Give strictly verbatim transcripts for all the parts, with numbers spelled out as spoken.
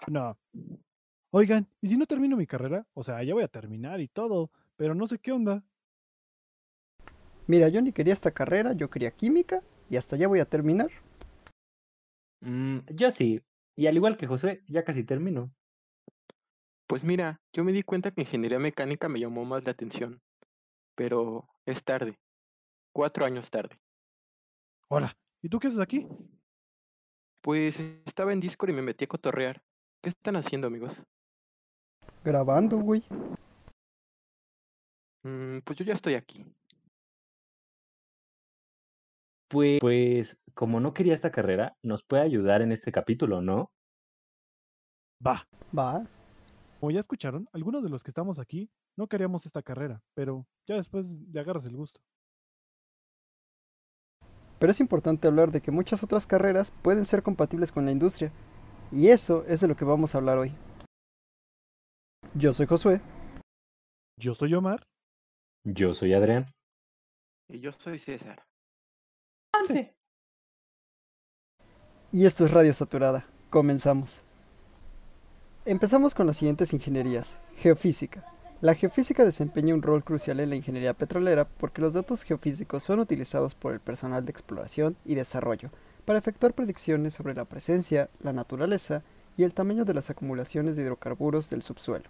No. Oigan, ¿y si no termino mi carrera? O sea, ya voy a terminar y todo, pero no sé qué onda. Mira, yo ni quería esta carrera, yo quería química y hasta ya voy a terminar. Mm, yo sí. Y al igual que Josué, ya casi termino. Pues mira, yo me di cuenta que ingeniería mecánica me llamó más la atención, pero es tarde, cuatro años tarde. Hola, ¿y tú qué haces aquí? Pues estaba en Discord y me metí a cotorrear. ¿Qué están haciendo, amigos? Grabando, güey. Mm, pues yo ya estoy aquí. Pues, pues, como no quería esta carrera, nos puede ayudar en este capítulo, ¿no? Va. Va. Como ya escucharon, algunos de los que estamos aquí no queríamos esta carrera, pero ya después le agarras el gusto. Pero es importante hablar de que muchas otras carreras pueden ser compatibles con la industria. Y eso es de lo que vamos a hablar hoy. Yo soy Josué. Yo soy Omar. Yo soy Adrián. Y yo soy César. Sí. Avance. Y esto es Radio Saturada. Comenzamos. Empezamos con las siguientes ingenierías. Geofísica. La geofísica desempeña un rol crucial en la ingeniería petrolera porque los datos geofísicos son utilizados por el personal de exploración y desarrollo para efectuar predicciones sobre la presencia, la naturaleza y el tamaño de las acumulaciones de hidrocarburos del subsuelo.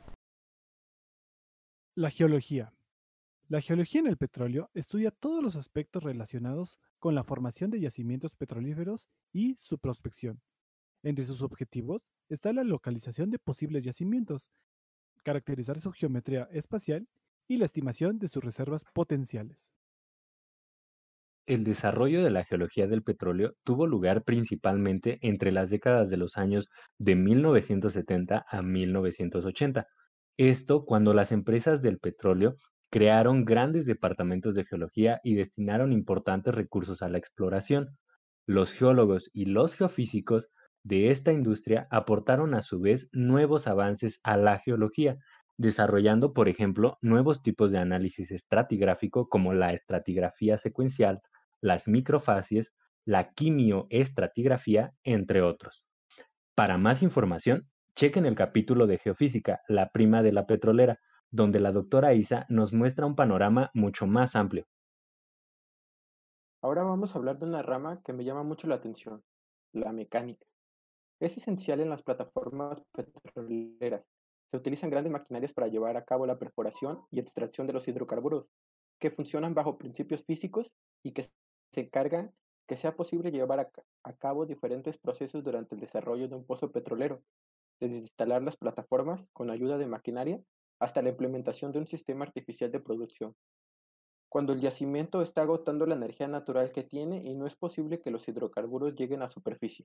La geología. La geología en el petróleo estudia todos los aspectos relacionados con la formación de yacimientos petrolíferos y su prospección. Entre sus objetivos está la localización de posibles yacimientos, caracterizar su geometría espacial y la estimación de sus reservas potenciales. El desarrollo de la geología del petróleo tuvo lugar principalmente entre las décadas de los años de mil novecientos setenta a mil novecientos ochenta. Esto cuando las empresas del petróleo crearon grandes departamentos de geología y destinaron importantes recursos a la exploración. Los geólogos y los geofísicos de esta industria aportaron a su vez nuevos avances a la geología, desarrollando, por ejemplo, nuevos tipos de análisis estratigráfico como la estratigrafía secuencial, las microfacies, la quimioestratigrafía, entre otros. Para más información, chequen el capítulo de Geofísica, la prima de la petrolera, donde la doctora Isa nos muestra un panorama mucho más amplio. Ahora vamos a hablar de una rama que me llama mucho la atención, la mecánica. Es esencial en las plataformas petroleras. Se utilizan grandes maquinarias para llevar a cabo la perforación y extracción de los hidrocarburos, que funcionan bajo principios físicos y que se encargan que sea posible llevar a, ca- a cabo diferentes procesos durante el desarrollo de un pozo petrolero, desde instalar las plataformas con ayuda de maquinaria hasta la implementación de un sistema artificial de producción. Cuando el yacimiento está agotando la energía natural que tiene y no es posible que los hidrocarburos lleguen a superficie.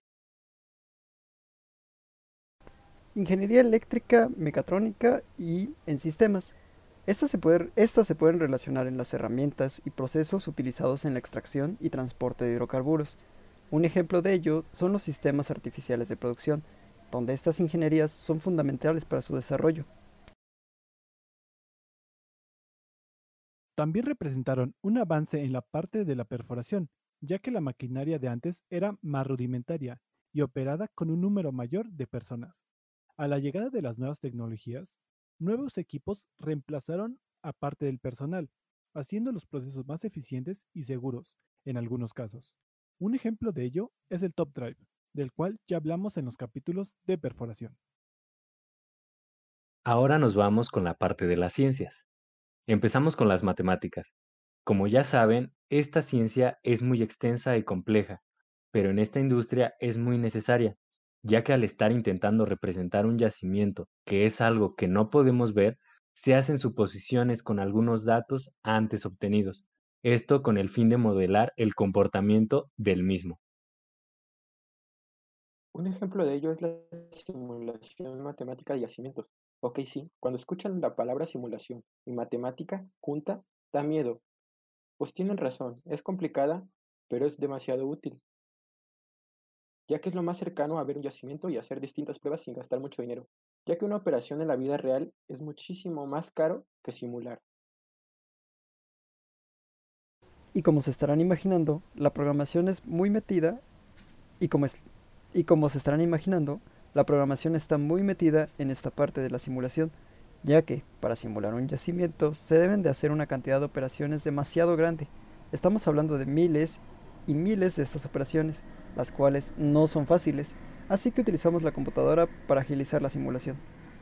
Ingeniería eléctrica, mecatrónica y en sistemas. Estas se, pueden, estas se pueden relacionar en las herramientas y procesos utilizados en la extracción y transporte de hidrocarburos. Un ejemplo de ello son los sistemas artificiales de producción, donde estas ingenierías son fundamentales para su desarrollo. También representaron un avance en la parte de la perforación, ya que la maquinaria de antes era más rudimentaria y operada con un número mayor de personas. A la llegada de las nuevas tecnologías, nuevos equipos reemplazaron a parte del personal, haciendo los procesos más eficientes y seguros en algunos casos. Un ejemplo de ello es el Top Drive, del cual ya hablamos en los capítulos de perforación. Ahora nos vamos con la parte de las ciencias. Empezamos con las matemáticas. Como ya saben, esta ciencia es muy extensa y compleja, pero en esta industria es muy necesaria, ya que al estar intentando representar un yacimiento, que es algo que no podemos ver, se hacen suposiciones con algunos datos antes obtenidos. Esto con el fin de modelar el comportamiento del mismo. Un ejemplo de ello es la simulación matemática de yacimientos. Ok, sí, cuando escuchan la palabra simulación y matemática junta, da miedo. Pues tienen razón, es complicada, pero es demasiado útil, ya que es lo más cercano a ver un yacimiento y hacer distintas pruebas sin gastar mucho dinero, ya que una operación en la vida real es muchísimo más caro que simular. Y como se estarán imaginando, la programación es muy metida y como, es, y como se estarán imaginando, La programación está muy metida en esta parte de la simulación, ya que, para simular un yacimiento, se deben de hacer una cantidad de operaciones demasiado grande. Estamos hablando de miles y miles de estas operaciones, las cuales no son fáciles, así que utilizamos la computadora para agilizar la simulación.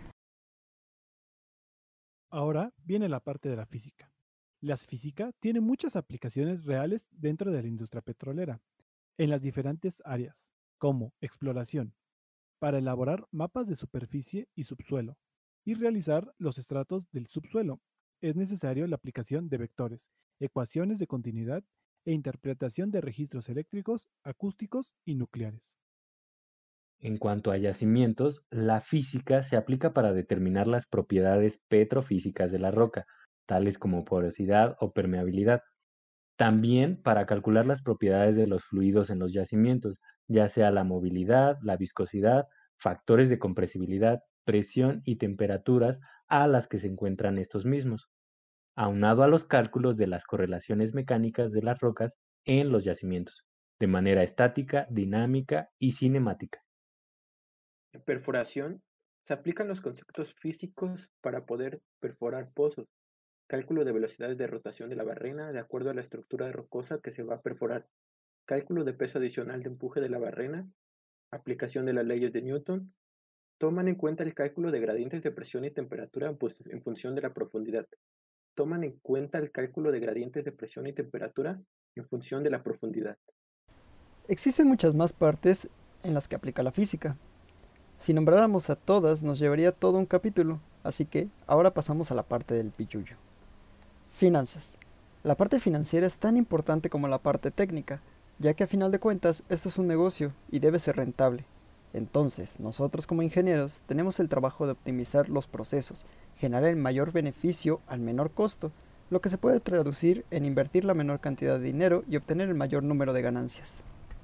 Ahora viene la parte de la física. La física tiene muchas aplicaciones reales dentro de la industria petrolera, en las diferentes áreas, como exploración, para elaborar mapas de superficie y subsuelo, y realizar los estratos del subsuelo. Es necesario la aplicación de vectores, ecuaciones de continuidad e interpretación de registros eléctricos, acústicos y nucleares. En cuanto a yacimientos, la física se aplica para determinar las propiedades petrofísicas de la roca, tales como porosidad o permeabilidad. También para calcular las propiedades de los fluidos en los yacimientos, ya sea la movilidad, la viscosidad, factores de compresibilidad, presión y temperaturas a las que se encuentran estos mismos, aunado a los cálculos de las correlaciones mecánicas de las rocas en los yacimientos, de manera estática, dinámica y cinemática. En perforación, se aplican los conceptos físicos para poder perforar pozos, cálculo de velocidades de rotación de la barrena de acuerdo a la estructura rocosa que se va a perforar, cálculo de peso adicional de empuje de la barrena, aplicación de las leyes de Newton, toman en cuenta el cálculo de gradientes de presión y temperatura en, pues, en función de la profundidad, toman en cuenta el cálculo de gradientes de presión y temperatura en función de la profundidad. Existen muchas más partes en las que aplica la física. Si nombráramos a todas nos llevaría todo un capítulo, así que ahora pasamos a la parte del pichullo. Finanzas. La parte financiera es tan importante como la parte técnica, ya que a final de cuentas esto es un negocio y debe ser rentable. Entonces, nosotros como ingenieros tenemos el trabajo de optimizar los procesos, generar el mayor beneficio al menor costo, lo que se puede traducir en invertir la menor cantidad de dinero y obtener el mayor número de ganancias.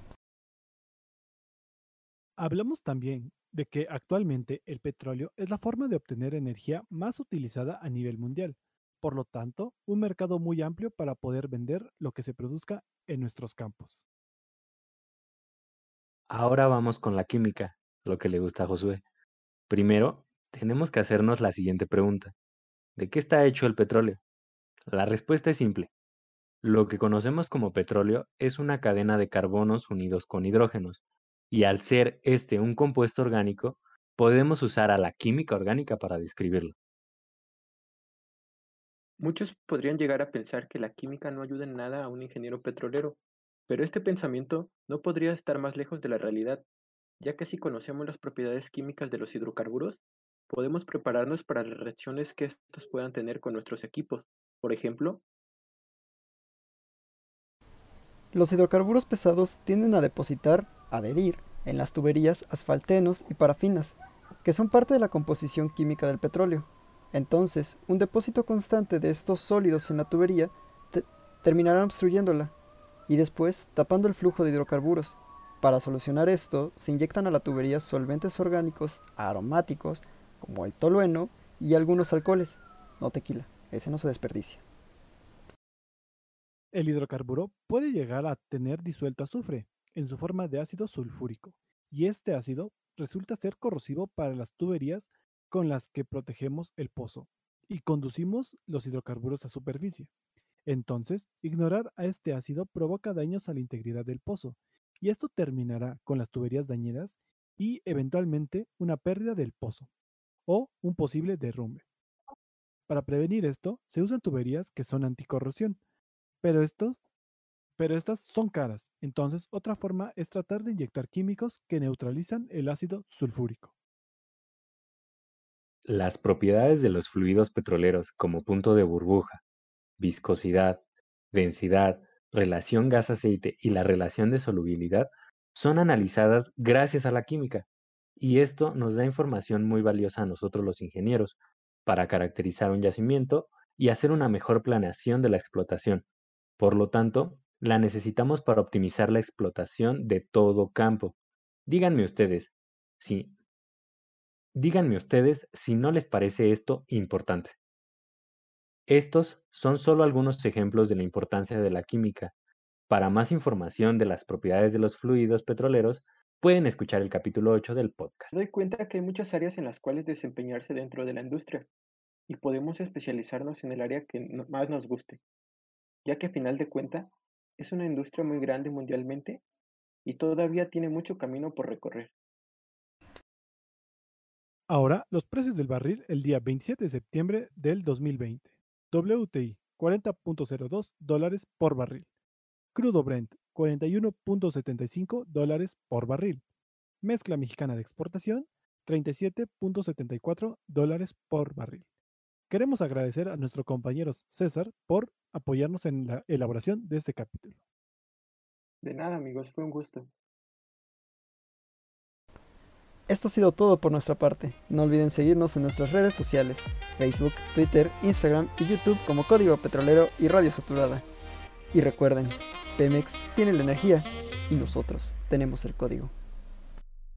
Hablamos también de que actualmente el petróleo es la forma de obtener energía más utilizada a nivel mundial. Por lo tanto, un mercado muy amplio para poder vender lo que se produzca en nuestros campos. Ahora vamos con la química, lo que le gusta a Josué. Primero, tenemos que hacernos la siguiente pregunta. ¿De qué está hecho el petróleo? La respuesta es simple. Lo que conocemos como petróleo es una cadena de carbonos unidos con hidrógenos, y al ser este un compuesto orgánico, podemos usar a la química orgánica para describirlo. Muchos podrían llegar a pensar que la química no ayuda en nada a un ingeniero petrolero, pero este pensamiento no podría estar más lejos de la realidad, ya que si conocemos las propiedades químicas de los hidrocarburos, podemos prepararnos para las reacciones que estos puedan tener con nuestros equipos. Por ejemplo, Los hidrocarburos pesados tienden a depositar, adherir, en las tuberías asfaltenos y parafinas, que son parte de la composición química del petróleo. Entonces, un depósito constante de estos sólidos en la tubería te- terminará obstruyéndola y después tapando el flujo de hidrocarburos. Para solucionar esto, se inyectan a la tubería solventes orgánicos aromáticos como el tolueno y algunos alcoholes, no tequila, ese no se desperdicia. El hidrocarburo puede llegar a tener disuelto azufre en su forma de ácido sulfúrico, y este ácido resulta ser corrosivo para las tuberías con las que protegemos el pozo y conducimos los hidrocarburos a superficie. Entonces, ignorar a este ácido provoca daños a la integridad del pozo, y esto terminará con las tuberías dañadas y eventualmente una pérdida del pozo o un posible derrumbe. Para prevenir esto, se usan tuberías que son anticorrosión, pero estos pero estas son caras. Entonces, otra forma es tratar de inyectar químicos que neutralizan el ácido sulfúrico. Las propiedades de los fluidos petroleros como punto de burbuja, viscosidad, densidad, relación gas-aceite y la relación de solubilidad son analizadas gracias a la química, y esto nos da información muy valiosa a nosotros los ingenieros para caracterizar un yacimiento y hacer una mejor planeación de la explotación. Por lo tanto, la necesitamos para optimizar la explotación de todo campo. Díganme ustedes, si, díganme ustedes si no les parece esto importante. Estos son solo algunos ejemplos de la importancia de la química. Para más información de las propiedades de los fluidos petroleros, pueden escuchar el capítulo ocho del podcast. Me doy cuenta que hay muchas áreas en las cuales desempeñarse dentro de la industria y podemos especializarnos en el área que no- más nos guste, ya que a final de cuentas es una industria muy grande mundialmente y todavía tiene mucho camino por recorrer. Ahora, los precios del barril el día veintisiete de septiembre del dos mil veinte. W T I, cuarenta punto cero dos dólares por barril. Crudo Brent, cuarenta y uno punto setenta y cinco dólares por barril. Mezcla mexicana de exportación, treinta y siete punto setenta y cuatro dólares por barril. Queremos agradecer a nuestro compañero César por apoyarnos en la elaboración de este capítulo. De nada, amigos, fue un gusto. Esto ha sido todo por nuestra parte. No olviden seguirnos en nuestras redes sociales, Facebook, Twitter, Instagram y YouTube como Código Petrolero y Radio Saturada. Y recuerden, Pemex tiene la energía y nosotros tenemos el código.